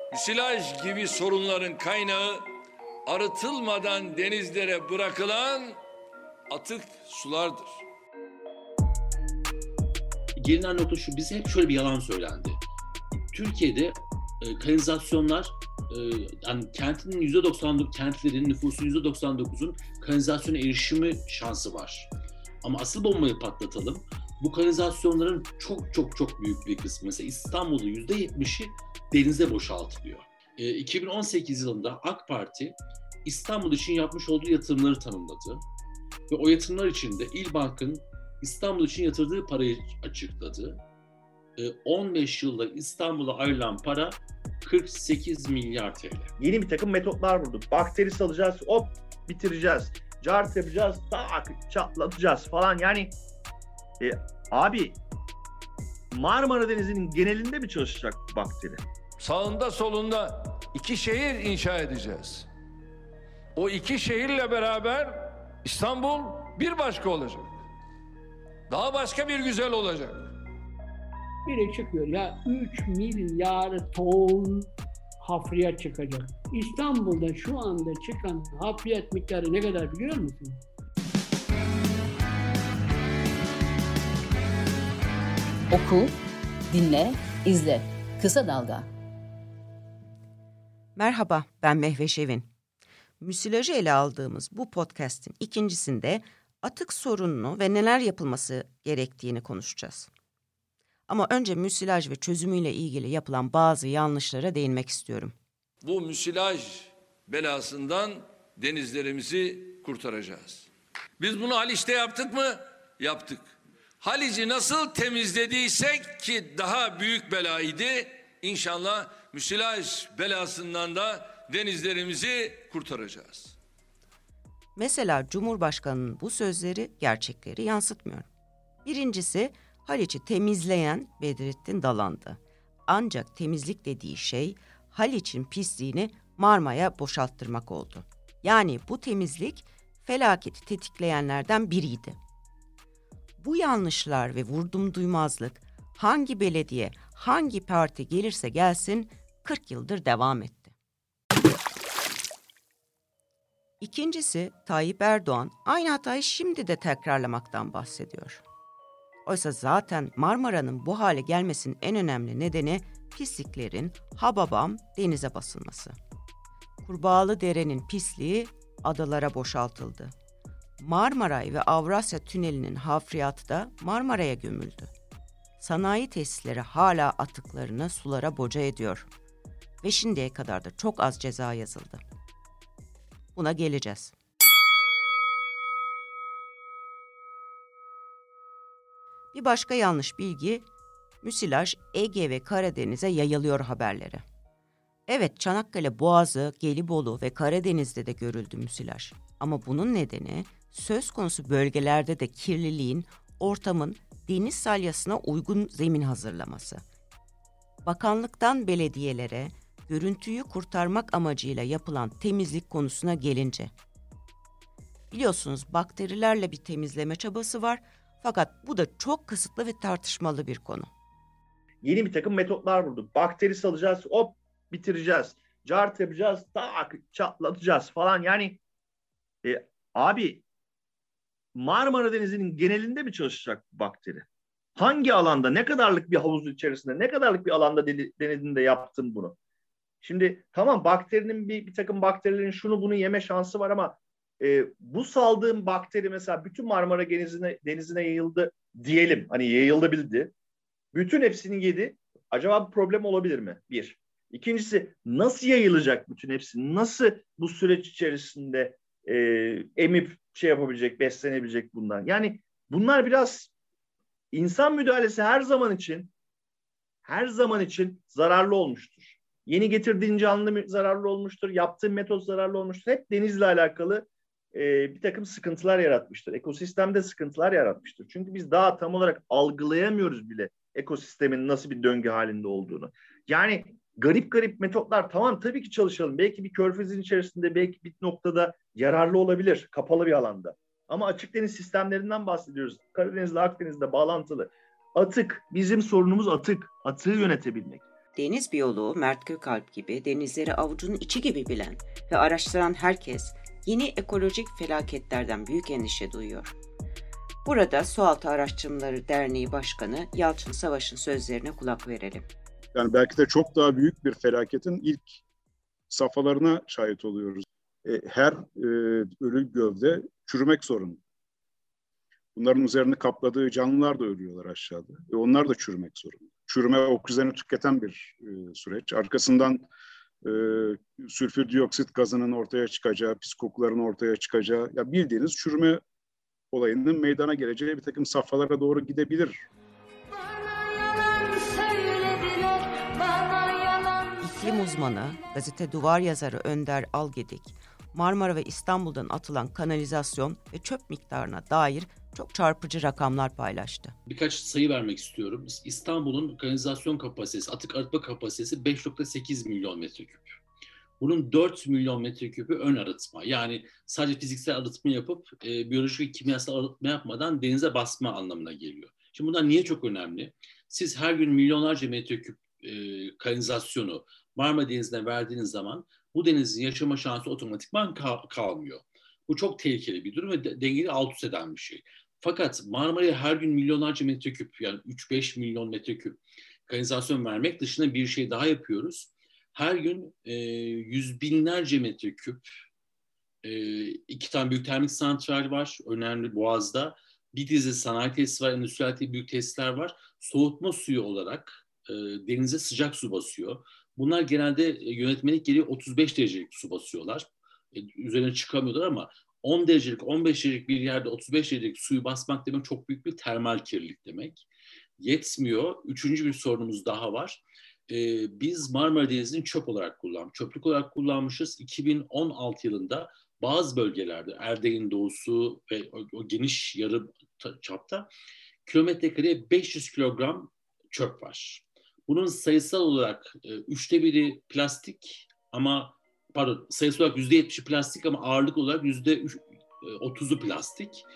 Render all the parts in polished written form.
Müsilaj gibi sorunların kaynağı arıtılmadan denizlere bırakılan atık sulardır. Gelinen nokta şu, bize hep şöyle bir yalan söylendi. Türkiye'de kanalizasyonlar, yani kentlerin nüfusun %99'un kanalizasyona erişimi şansı var. Ama asıl bombayı patlatalım. Bu kanalizasyonların çok büyük bir kısmı, mesela İstanbul'da %70'i denize boşaltılıyor. 2018 yılında AK Parti İstanbul için yapmış olduğu yatırımları tanımladı. Ve o yatırımlar içinde İlbank'ın İstanbul için yatırdığı parayı açıkladı. 15 yılda İstanbul'a ayrılan para 48 milyar TL. Yeni bir takım metotlar bulduk. Bakteri salacağız, hop bitireceğiz. Cart yapacağız, tak çatlatacağız falan. Yani abi Marmara Denizi'nin genelinde mi çalışacak bakteri? Sağında solunda 2 şehir inşa edeceğiz. O 2 şehirle beraber İstanbul bir başka olacak. Daha başka bir güzel olacak. Biri çıkıyor ya 3 milyar ton hafriyat çıkacak. İstanbul'da şu anda çıkan hafriyat miktarı ne kadar biliyor musun? Oku, dinle, izle. Kısa Dalga. Merhaba, ben Mehveş Evin. Müsilajı ele aldığımız bu podcast'in ikincisinde atık sorununu ve neler yapılması gerektiğini konuşacağız. Ama önce müsilaj ve çözümüyle ilgili yapılan bazı yanlışlara değinmek istiyorum. Bu müsilaj belasından denizlerimizi kurtaracağız. Biz bunu Haliç'te yaptık mı? Yaptık. Haliç'i nasıl temizlediysek ki daha büyük belaydı, İnşallah müsilaj belasından da denizlerimizi kurtaracağız. Mesela Cumhurbaşkanı'nın bu sözleri gerçekleri yansıtmıyor. Birincisi, Haliç'i temizleyen Bedrettin Dalan'dı. Ancak temizlik dediği şey Haliç'in pisliğini Marmara'ya boşalttırmak oldu. Yani bu temizlik felaketi tetikleyenlerden biriydi. Bu yanlışlar ve vurdumduymazlık hangi belediye, hangi parti gelirse gelsin 40 yıldır devam etti. İkincisi, Tayyip Erdoğan aynı hatayı şimdi de tekrarlamaktan bahsediyor. Oysa zaten Marmara'nın bu hale gelmesinin en önemli nedeni pisliklerin hababam denize basılması. Kurbağalıdere'nin pisliği adalara boşaltıldı. Marmaray ve Avrasya Tüneli'nin hafriyatı da Marmara'ya gömüldü. Sanayi tesisleri hala atıklarını sulara boca ediyor. Ve şimdiye kadar da çok az ceza yazıldı. Buna geleceğiz. Bir başka yanlış bilgi, müsilaj Ege ve Karadeniz'e yayılıyor haberleri. Evet, Çanakkale Boğazı, Gelibolu ve Karadeniz'de de görüldü müsilaj. Ama bunun nedeni söz konusu bölgelerde de kirliliğin, ortamın deniz salyasına uygun zemin hazırlaması. Bakanlıktan belediyelere görüntüyü kurtarmak amacıyla yapılan temizlik konusuna gelince. Biliyorsunuz bakterilerle bir temizleme çabası var fakat bu da çok kısıtlı ve tartışmalı bir konu. Yeni bir takım metotlar bulduk. Bakteri salacağız, hop bitireceğiz. Cart yapacağız, tak çatlatacağız falan. Yani abi Marmara Denizi'nin genelinde mi çalışacak bu bakteri? Hangi alanda, ne kadarlık bir havuz içerisinde, ne kadarlık bir alanda denedin de yaptın bunu? Şimdi tamam, bakterinin bir takım bakterilerin şunu bunu yeme şansı var ama bu saldığım bakteri mesela bütün Marmara denizine yayıldı diyelim. Hani yayılabildi. Bütün hepsini yedi. Acaba bir problem olabilir mi? Bir. İkincisi, nasıl yayılacak bütün hepsi? Nasıl bu süreç içerisinde emip yapabilecek, beslenebilecek bundan? Yani bunlar biraz insan müdahalesi her zaman için zararlı olmuştur. Yeni getirdiğin canlı zararlı olmuştur. Yaptığın metot zararlı olmuştur. Hep denizle alakalı bir takım sıkıntılar yaratmıştır. Ekosistemde sıkıntılar yaratmıştır. Çünkü biz daha tam olarak algılayamıyoruz bile ekosistemin nasıl bir döngü halinde olduğunu. Yani garip metotlar, tamam, tabii ki çalışalım. Belki bir körfezin içerisinde, belki bir noktada yararlı olabilir, kapalı bir alanda. Ama açık deniz sistemlerinden bahsediyoruz. Karadeniz'le Akdeniz'de bağlantılı. Atık, bizim sorunumuz atık. Atığı yönetebilmek. Deniz biyoloğu Mert Gökalp gibi denizleri avucunun içi gibi bilen ve araştıran herkes yeni ekolojik felaketlerden büyük endişe duyuyor. Burada Sualtı Araştırmaları Derneği Başkanı Yalçın Savaş'ın sözlerine kulak verelim. Yani belki de çok daha büyük bir felaketin ilk safhalarına şahit oluyoruz. Her ölü gövde çürümek zorunda. Bunların üzerini kapladığı canlılar da ölüyorlar aşağıda. Onlar da çürümek zorunda. Çürüme oksijeni tüketen bir süreç. Arkasından sülfür dioksit gazının ortaya çıkacağı, pis kokuların ortaya çıkacağı, ya bildiğiniz çürüme olayının meydana geleceği bir takım safhalara doğru gidebilir. İklim uzmanı, gazete Duvar yazarı Önder Algedik, Marmara ve İstanbul'dan atılan kanalizasyon ve çöp miktarına dair çok çarpıcı rakamlar paylaştı. Birkaç sayı vermek istiyorum. İstanbul'un kanalizasyon kapasitesi, atık arıtma kapasitesi 5,8 milyon metreküp. Bunun 4 milyon metreküpü ön arıtma. Yani sadece fiziksel arıtma yapıp biyolojik ve kimyasal arıtma yapmadan denize basma anlamına geliyor. Şimdi bunlar niye çok önemli? Siz her gün milyonlarca metreküp kanalizasyonu Marmara Denizi'ne verdiğiniz zaman bu denizin yaşama şansı otomatikman kalmıyor. Bu çok tehlikeli bir durum ve dengeyi alt üst eden bir şey. Fakat Marmara'ya her gün milyonlarca metreküp, yani 3-5 milyon metreküp kanalizasyon vermek dışında bir şey daha yapıyoruz. Her gün yüz binlerce metreküp, 2 tane büyük termik santral var, önemli Boğaz'da. Bir dizi sanayi tesisi var, endüstriyel büyük tesisler var. Soğutma suyu olarak denize sıcak su basıyor. Bunlar genelde yönetmelik gereği 35 derecelik su basıyorlar. Üzerine çıkamıyorlar ama 10 derecelik, 15 derecelik bir yerde 35 derecelik suyu basmak demek çok büyük bir termal kirlilik demek. Yetmiyor. Üçüncü bir sorunumuz daha var. Biz Marmara Denizi'ni çöplük olarak kullanmışız. 2016 yılında bazı bölgelerde, Erdek'in doğusu ve o geniş yarı çapta kilometrekareye 500 kilogram çöp var. Bunun sayısal olarak 1/3 plastik ama sayısal olarak %70'i plastik ama ağırlık olarak %30'u plastik.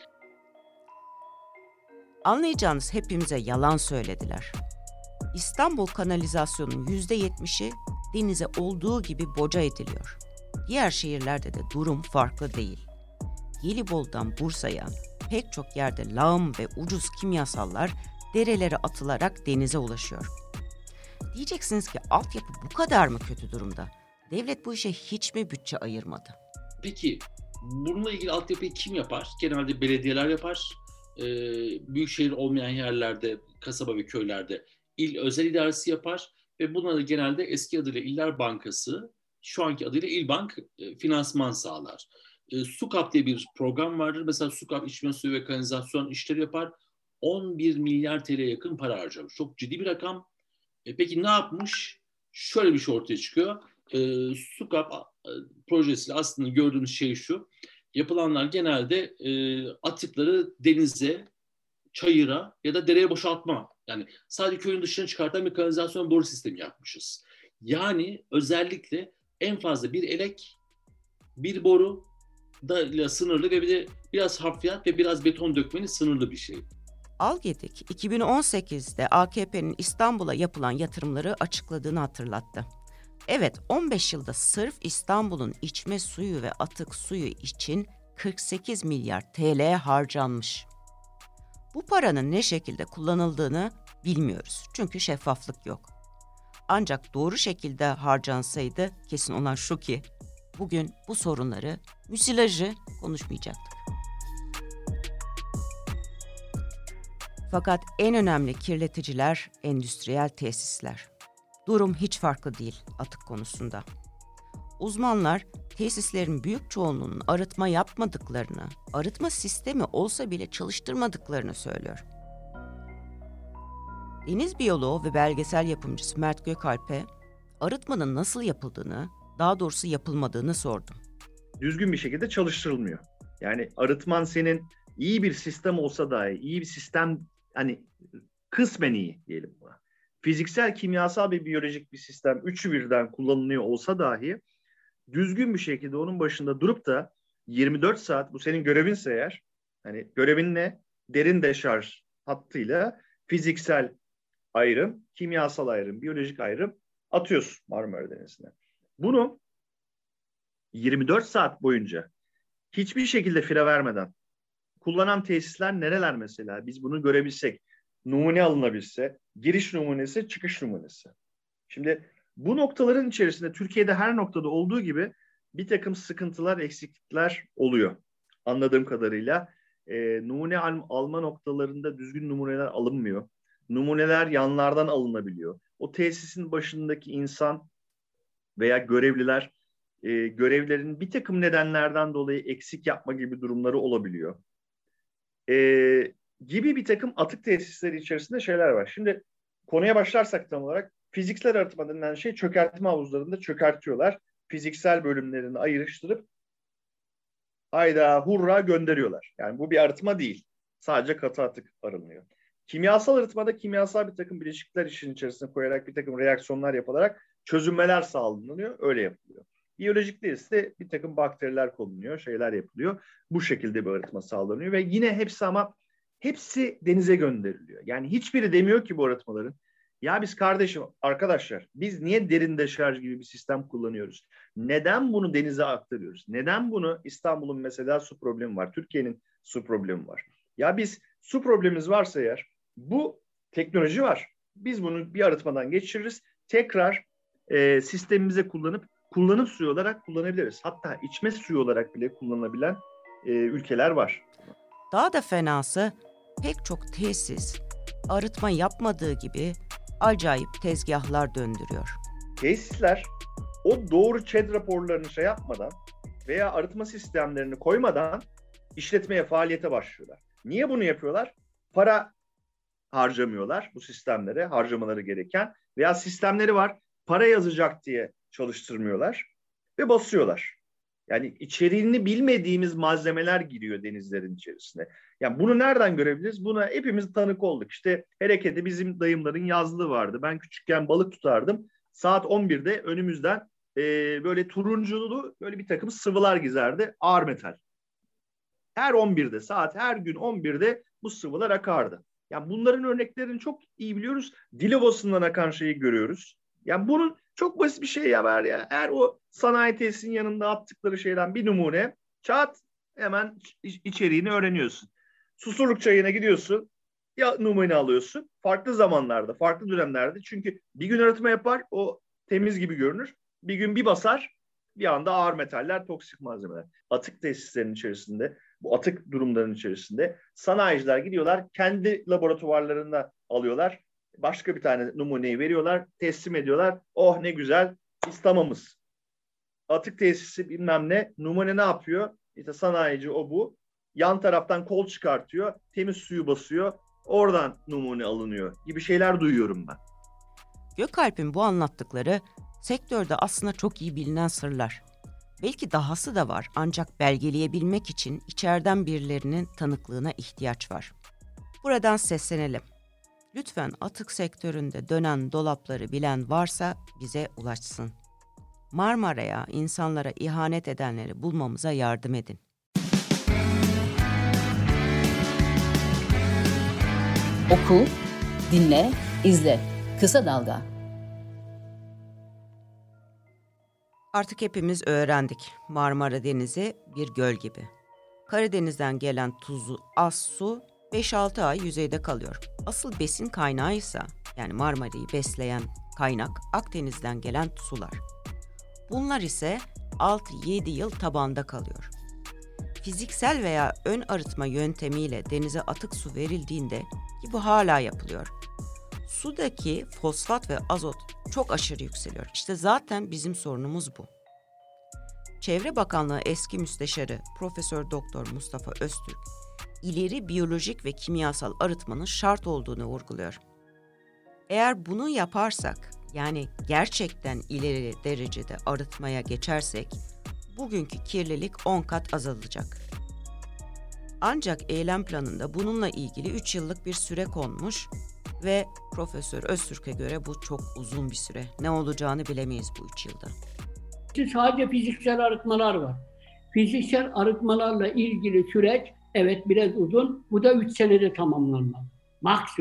Anlayacağınız hepimize yalan söylediler. İstanbul kanalizasyonunun %70'i denize olduğu gibi boca ediliyor. Diğer şehirlerde de durum farklı değil. Gelibolu'dan Bursa'ya pek çok yerde lağım ve ucuz kimyasallar derelere atılarak denize ulaşıyor. Diyeceksiniz ki altyapı bu kadar mı kötü durumda? Devlet bu işe hiç mi bütçe ayırmadı? Peki bununla ilgili altyapıyı kim yapar? Genelde belediyeler yapar. Büyükşehir olmayan yerlerde, kasaba ve köylerde il özel idaresi yapar ve buna da genelde eski adıyla İller Bankası, şu anki adıyla İlbank finansman sağlar. SUKAP diye bir program vardır. Mesela SUKAP içme suyu ve kanalizasyon işleri yapar. 11 milyar TL'ye yakın para harcamış. Çok ciddi bir rakam. Peki ne yapmış? Şöyle bir şey ortaya çıkıyor. SUKAP projesiyle aslında gördüğümüz şey şu. Yapılanlar genelde atıkları denize, çayıra ya da dereye boşaltma. Yani sadece köyün dışına çıkartan bir kanalizasyon boru sistemi yapmışız. Yani özellikle en fazla bir elek, bir boru ile sınırlı ve bir de biraz hafriyat ve biraz beton dökmeni sınırlı bir şey. Algedik 2018'de AKP'nin İstanbul'a yapılan yatırımları açıkladığını hatırlattı. Evet, 15 yılda sırf İstanbul'un içme suyu ve atık suyu için 48 milyar TL harcanmış. Bu paranın ne şekilde kullanıldığını bilmiyoruz çünkü şeffaflık yok. Ancak doğru şekilde harcansaydı kesin olan şu ki bugün bu sorunları, müsilajı konuşmayacaktık. Fakat en önemli kirleticiler endüstriyel tesisler. Durum hiç farklı değil atık konusunda. Uzmanlar tesislerin büyük çoğunluğunun arıtma yapmadıklarını, arıtma sistemi olsa bile çalıştırmadıklarını söylüyor. Deniz biyoloğu ve belgesel yapımcısı Mert Gökalp'e arıtmanın nasıl yapıldığını, daha doğrusu yapılmadığını sordum. Düzgün bir şekilde çalıştırılmıyor. Yani arıtman senin iyi bir sistem olsa dahi, iyi bir sistem, hani kısmen iyi diyelim buna. Fiziksel, kimyasal ve biyolojik bir sistem üçü birden kullanılıyor olsa dahi düzgün bir şekilde onun başında durup da 24 saat, bu senin görevinse eğer, hani görevin ne? Derin deşarj hattıyla fiziksel ayrım, kimyasal ayrım, biyolojik ayrım atıyorsun Marmara Denizi'ne. Bunu 24 saat boyunca hiçbir şekilde fire vermeden kullanan tesisler nereler mesela? Biz bunu görebilsek, numune alınabilse, giriş numunesi, çıkış numunesi. Şimdi bu noktaların içerisinde Türkiye'de her noktada olduğu gibi bir takım sıkıntılar, eksiklikler oluyor. Anladığım kadarıyla numune alma noktalarında düzgün numuneler alınmıyor. Numuneler yanlardan alınabiliyor. O tesisin başındaki insan veya görevliler görevlerin bir takım nedenlerden dolayı eksik yapma gibi durumları olabiliyor. Gibi bir takım atık tesisleri içerisinde şeyler var. Şimdi konuya başlarsak tam olarak fiziksel arıtma denilen şey çökertme havuzlarında çökertiyorlar. Fiziksel bölümlerini ayrıştırıp hayda hurra gönderiyorlar. Yani bu bir arıtma değil. Sadece katı atık arınıyor. Kimyasal arıtmada kimyasal bir takım bileşikler işin içerisine koyarak bir takım reaksiyonlar yapılarak çözünmeler sağlanıyor. Öyle yapılıyor. Biyolojik ise bir takım bakteriler konuluyor, şeyler yapılıyor. Bu şekilde bir arıtma sağlanıyor ve yine hepsi denize gönderiliyor. Yani hiçbiri demiyor ki bu arıtmaların ya biz arkadaşlar biz niye derin deşarj gibi bir sistem kullanıyoruz? Neden bunu denize aktarıyoruz? Neden bunu İstanbul'un mesela su problemi var, Türkiye'nin su problemi var. Ya biz su problemimiz varsa eğer bu teknoloji var. Biz bunu bir arıtmadan geçiririz. Tekrar sistemimize kullanıp suyu olarak kullanabiliriz. Hatta içme suyu olarak bile kullanılabilen ülkeler var. Daha da fenası pek çok tesis arıtma yapmadığı gibi acayip tezgahlar döndürüyor. Tesisler o doğru ÇED raporlarını yapmadan veya arıtma sistemlerini koymadan işletmeye, faaliyete başlıyorlar. Niye bunu yapıyorlar? Para harcamıyorlar bu sistemlere, harcamaları gereken veya sistemleri var, para yazacak diye çalıştırmıyorlar ve basıyorlar. Yani içeriğini bilmediğimiz malzemeler giriyor denizlerin içerisine. Yani bunu nereden görebiliriz? Buna hepimiz tanık olduk. İşte Hereke'de bizim dayımların yazlığı vardı. Ben küçükken balık tutardım. Saat 11'de önümüzden böyle turunculu böyle bir takım sıvılar gizerdi. Ağır metal. Her 11'de her gün 11'de bu sıvılar akardı. Yani bunların örneklerini çok iyi biliyoruz. Dilovası'ndan akan şeyi görüyoruz. Yani bunun çok basit bir şey var ya. Eğer o sanayi tesisinin yanında attıkları şeyden bir numune çat hemen içeriğini öğreniyorsun. Susurluk çayına gidiyorsun. Ya numune alıyorsun. Farklı zamanlarda, farklı dönemlerde. Çünkü bir gün arıtma yapar o temiz gibi görünür. Bir gün bir basar bir anda ağır metaller, toksik malzemeler. Atık tesislerin içerisinde, bu atık durumların içerisinde sanayiciler gidiyorlar. Kendi laboratuvarlarında alıyorlar. Başka bir tane numuneyi veriyorlar, teslim ediyorlar. Oh ne güzel, biz tamamız. Atık tesisi bilmem ne, numune ne yapıyor? İşte sanayici o bu. Yan taraftan kol çıkartıyor, temiz suyu basıyor. Oradan numune alınıyor gibi şeyler duyuyorum ben. Gökalp'in bu anlattıkları sektörde aslında çok iyi bilinen sırlar. Belki dahası da var ancak belgeleyebilmek için içeriden birilerinin tanıklığına ihtiyaç var. Buradan seslenelim. Lütfen atık sektöründe dönen dolapları bilen varsa bize ulaşsın. Marmara'ya, insanlara ihanet edenleri bulmamıza yardım edin. Oku, dinle, izle. Kısa Dalga. Artık hepimiz öğrendik. Marmara Denizi bir göl gibi. Karadeniz'den gelen tuzlu az su 5-6 ay yüzeyde kalıyor. Asıl besin kaynağıysa yani Marmara'yı besleyen kaynak Akdeniz'den gelen sular. Bunlar ise 6-7 yıl tabanda kalıyor. Fiziksel veya ön arıtma yöntemiyle denize atık su verildiğinde ki bu hala yapılıyor. Sudaki fosfat ve azot çok aşırı yükseliyor. İşte zaten bizim sorunumuz bu. Çevre Bakanlığı eski müsteşarı Profesör Doktor Mustafa Öztürk, ileri biyolojik ve kimyasal arıtmanın şart olduğunu vurguluyor. Eğer bunu yaparsak, yani gerçekten ileri derecede arıtmaya geçersek, bugünkü kirlilik 10 kat azalacak. Ancak eylem planında bununla ilgili 3 yıllık bir süre konmuş ve Profesör Öztürk'e göre bu çok uzun bir süre. Ne olacağını bilemeyiz bu 3 yılda. Sadece fiziksel arıtmalar var. Fiziksel arıtmalarla ilgili süreç evet biraz uzun. Bu da 3 senede tamamlanmalı. Maksimum.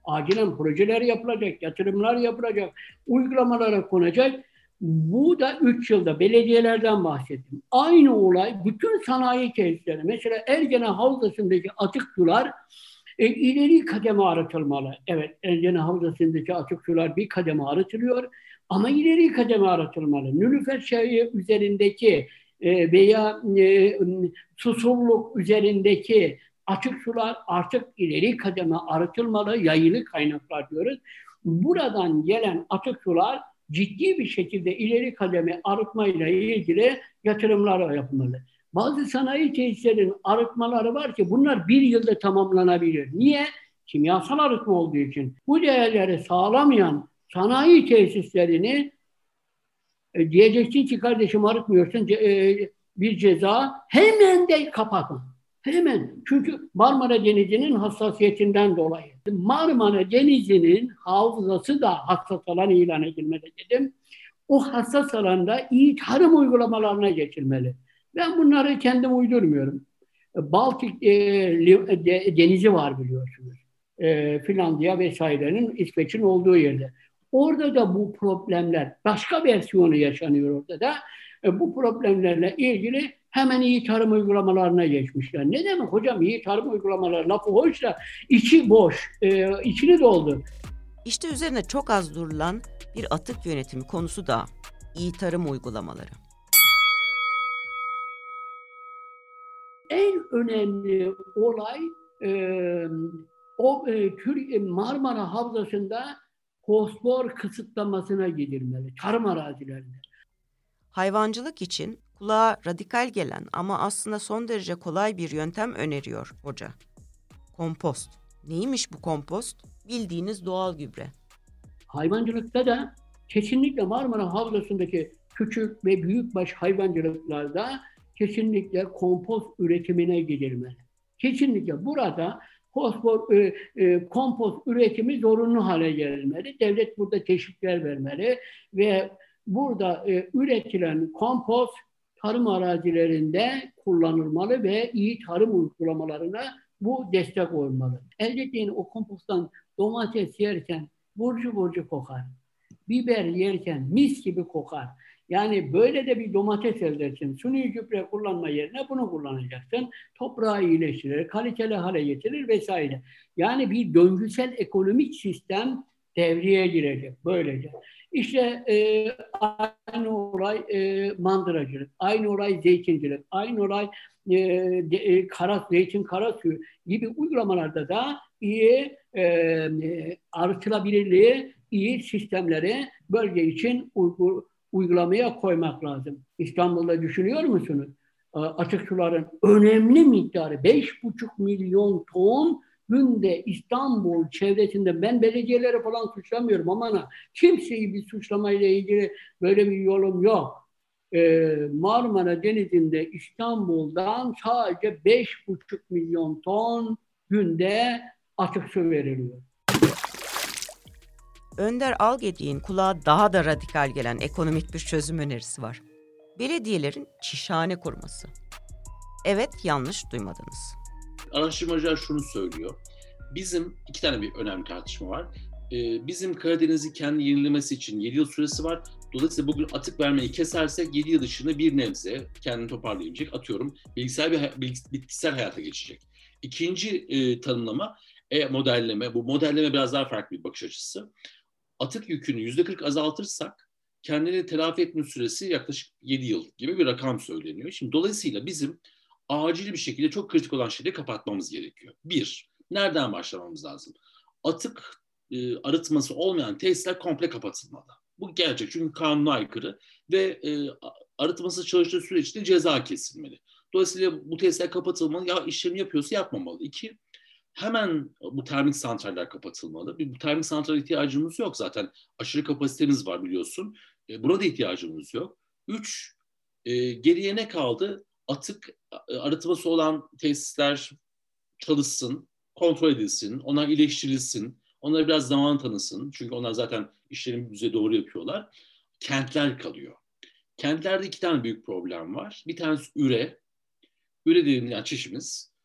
Acilen projeler yapılacak, yatırımlar yapılacak, uygulamalara konacak. Bu da 3 yılda belediyelerden bahsettim. Aynı olay bütün sanayi tesisleri. Mesela Ergene Havzası'ndaki atık sular ileri kademe arıtılmalı. Evet, Ergene Havzası'ndaki atık sular bir kademe arıtılıyor ama ileri kademe arıtılmalı. Nilüfer Çayı üzerindeki veya Susurluk üzerindeki atık sular artık ileri kademe arıtılmalı, yayılı kaynaklar diyoruz. Buradan gelen atık sular ciddi bir şekilde ileri kademe arıtmayla ilgili yatırımlar yapılmalı. Bazı sanayi tesislerinin arıtmaları var ki bunlar bir yılda tamamlanabilir. Niye? Kimyasal arıtma olduğu için. Bu değerleri sağlamayan sanayi tesislerini diyeceksin ki kardeşim arıtmıyorsun bir ceza hemen de kapatın. Hemen. Çünkü Marmara Denizi'nin hassasiyetinden dolayı. Marmara Denizi'nin havzası da hassas alan ilan edilmeli dedim. O hassas alanda iyi tarım uygulamalarına geçilmeli. Ben bunları kendim uydurmuyorum. Baltık denizi var biliyorsunuz. Finlandiya vesairenin, İsveç'in olduğu yerde. Orada da bu problemler, başka versiyonu yaşanıyor orada da. Bu problemlerle ilgili hemen iyi tarım uygulamalarına geçmişler. Ne demek hocam iyi tarım uygulamaları? Lafı hoş da içi boş, içini doldur. İşte üzerine çok az durulan bir atık yönetimi konusu da iyi tarım uygulamaları. En önemli olay Marmara Havzası'nda fosfor kısıtlamasına gidilmeli. Tarım arazilerinde. Hayvancılık için kulağa radikal gelen ama aslında son derece kolay bir yöntem öneriyor hoca. Kompost. Neymiş bu kompost? Bildiğiniz doğal gübre. Hayvancılıkta da kesinlikle Marmara Havzası'ndaki küçük ve büyükbaş hayvancılıklarda kesinlikle kompost üretimine gidilmeli. Kesinlikle burada kompost üretimi zorunlu hale gelmeli. Devlet burada teşvikler vermeli ve burada üretilen kompost tarım arazilerinde kullanılmalı ve iyi tarım uygulamalarına bu destek olmalı. Elde ettiğin o komposttan domates yerken burcu burcu kokar. Biber yerken mis gibi kokar. Yani böyle de bir domates elde etsin. Suni gübre kullanma yerine bunu kullanacaksın. Toprağı iyileştirir, kaliteli hale getirir vesaire. Yani bir döngüsel ekonomik sistem devreye girecek böylece. İşte aynı olay mandıracılık, aynı olay zeytincilik, aynı olay zeytin kara suyu gibi uygulamalarda da iyi artırılabilirliği, iyi sistemleri bölge için uygulamaya koymak lazım. İstanbul'da düşünüyor musunuz? Atık suların önemli miktarı 5,5 milyon ton günde İstanbul çevresinde, ben belediyeleri falan suçlamıyorum ama kimseyi bir suçlamayla ilgili böyle bir yolum yok. Marmara Denizi'nde İstanbul'dan sadece 5,5 milyon ton günde atık su veriliyor. Önder Algedi'nin kulağa daha da radikal gelen ekonomik bir çözüm önerisi var. Belediyelerin çişhane kurması. Evet, yanlış duymadınız. Araştırmacılar şunu söylüyor. Bizim iki tane bir önemli tartışma var. Bizim Karadeniz'i kendi yenilemesi için 7 yıl süresi var. Dolayısıyla bugün atık vermeyi kesersek 7 yıl içinde bir nebze kendini toparlayabilecek, atıyorum bitkisel hayata geçecek. İkinci tanımlama, modelleme. Bu modelleme biraz daha farklı bir bakış açısı. Atık yükünü %40 azaltırsak kendini telafi etme süresi yaklaşık 7 yıl gibi bir rakam söyleniyor. Şimdi dolayısıyla bizim acil bir şekilde çok kritik olan şeyleri kapatmamız gerekiyor. Bir, nereden başlamamız lazım? Atık arıtması olmayan tesisler komple kapatılmalı. Bu gerçek çünkü kanuna aykırı ve arıtması çalıştığı süreçte ceza kesilmeli. Dolayısıyla bu tesisler kapatılmalı. Ya işlemi yapıyorsa yapmamalı. İki, hemen bu termik santraller kapatılmalı. Bu termik santrale ihtiyacımız yok zaten. Aşırı kapasitemiz var biliyorsun. Buna da ihtiyacımız yok. Üç, geriye ne kaldı? Atık arıtması olan tesisler çalışsın, kontrol edilsin, onlar iyileştirilsin, onlara biraz zaman tanısın. Çünkü onlar zaten işlerini bize doğru yapıyorlar. Kentler kalıyor. Kentlerde iki tane büyük problem var. Bir tanesi üre. Üre dediğim yani çişimiz.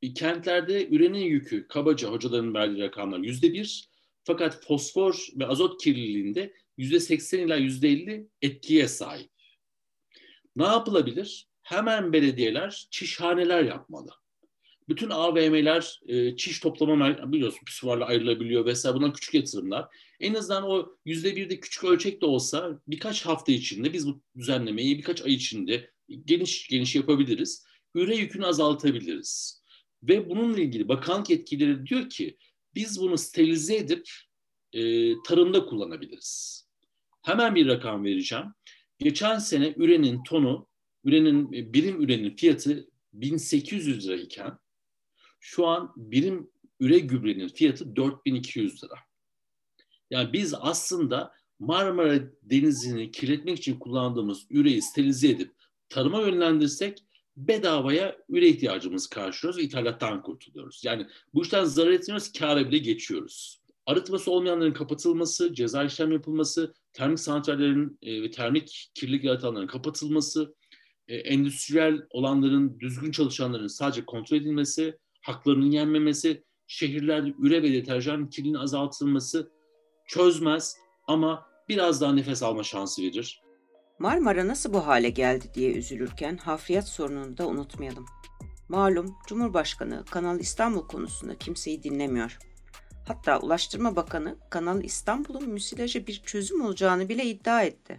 kentlerde ürenin yükü kabaca hocaların verdiği rakamlar %1, fakat fosfor ve azot kirliliğinde %80 ila %50 etkiye sahip. Ne yapılabilir? Hemen belediyeler çişhaneler yapmalı. Bütün AVM'ler çiş toplama, biliyorsun pisuvarla ayrılabiliyor vesaire, bunlar küçük yatırımlar. En azından o %1'de küçük ölçek de olsa birkaç hafta içinde biz bu düzenlemeyi birkaç ay içinde geniş geniş yapabiliriz. Üre yükünü azaltabiliriz. Ve bununla ilgili bakanlık yetkilileri diyor ki biz bunu sterilize edip tarımda kullanabiliriz. Hemen bir rakam vereceğim. Geçen sene birim ürenin fiyatı 1800 lira iken şu an birim üre gübrenin fiyatı 4200 lira. Yani biz aslında Marmara Denizi'ni kirletmek için kullandığımız üreyi sterilize edip tarıma yönlendirsek bedavaya üre ihtiyacımızı karşılıyoruz ve ithalattan kurtuluyoruz. Yani bu işten zarar etmiyoruz, kâra bile geçiyoruz. Arıtması olmayanların kapatılması, ceza işlem yapılması, termik santrallerin ve termik kirlilik yaratanların kapatılması, endüstriyel olanların, düzgün çalışanların sadece kontrol edilmesi, haklarının yenmemesi, şehirlerde üre ve deterjan kirliliğinin azaltılması çözmez ama biraz daha nefes alma şansı verir. Marmara nasıl bu hale geldi diye üzülürken hafriyat sorununu da unutmayalım. Malum Cumhurbaşkanı Kanal İstanbul konusunda kimseyi dinlemiyor. Hatta Ulaştırma Bakanı Kanal İstanbul'un müsilaja bir çözüm olacağını bile iddia etti.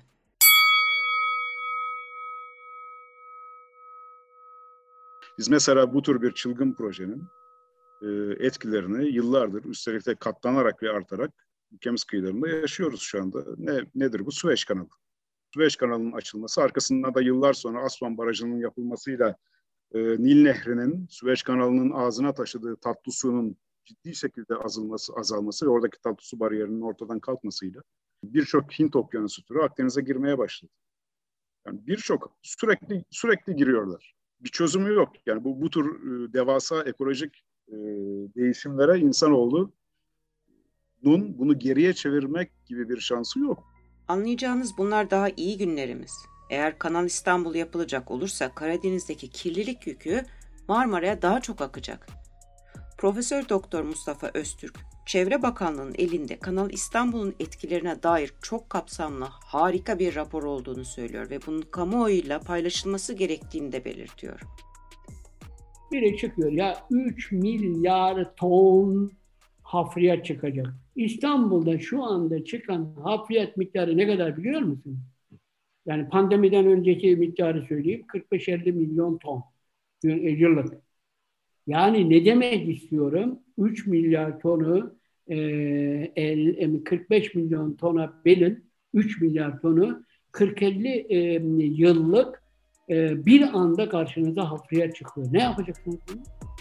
Biz mesela bu tür bir çılgın projenin etkilerini yıllardır üstelik de katlanarak ve artarak ülkemiz kıyılarında yaşıyoruz şu anda. Nedir bu? Süveyş Kanalı. Süveyş Kanalı'nın açılması, arkasından da yıllar sonra Aswan Barajı'nın yapılmasıyla Nil Nehri'nin Süveyş Kanalı'nın ağzına taşıdığı tatlı suyun ciddi şekilde azalması ve oradaki tatlı su bariyerinin ortadan kalkmasıyla birçok Hint okyanusu türü Akdeniz'e girmeye başladı. Yani birçok sürekli giriyorlar. Bir çözümü yok. Yani bu tür devasa ekolojik değişimlere insanoğlunun bunu geriye çevirmek gibi bir şansı yok. Anlayacağınız bunlar daha iyi günlerimiz. Eğer Kanal İstanbul yapılacak olursa Karadeniz'deki kirlilik yükü Marmara'ya daha çok akacak. Profesör Doktor Mustafa Öztürk, Çevre Bakanlığı'nın elinde Kanal İstanbul'un etkilerine dair çok kapsamlı, harika bir rapor olduğunu söylüyor ve bunun kamuoyuyla paylaşılması gerektiğini de belirtiyor. Biri çıkıyor ya 3 milyar ton hafriyat çıkacak. İstanbul'da şu anda çıkan hafriyat miktarı ne kadar biliyor musun? Yani pandemiden önceki miktarı söyleyeyim, 45-50 milyon ton yıllık. Yani ne demek istiyorum? 3 milyar tonu 45 milyon tona belin 3 milyar tonu 40-50 yıllık bir anda karşınıza hafriyat çıkıyor. Ne yapacaksınız bunu?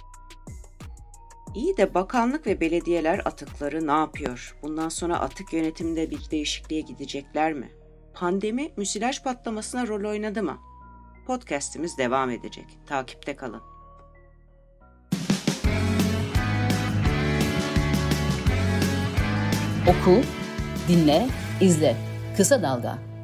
İyi de bakanlık ve belediyeler atıkları ne yapıyor? Bundan sonra atık yönetiminde bir değişikliğe gidecekler mi? Pandemi müsilaj patlamasına rol oynadı mı? Podcast'imiz devam edecek. Takipte kalın. Oku, dinle, izle. Kısa Dalga.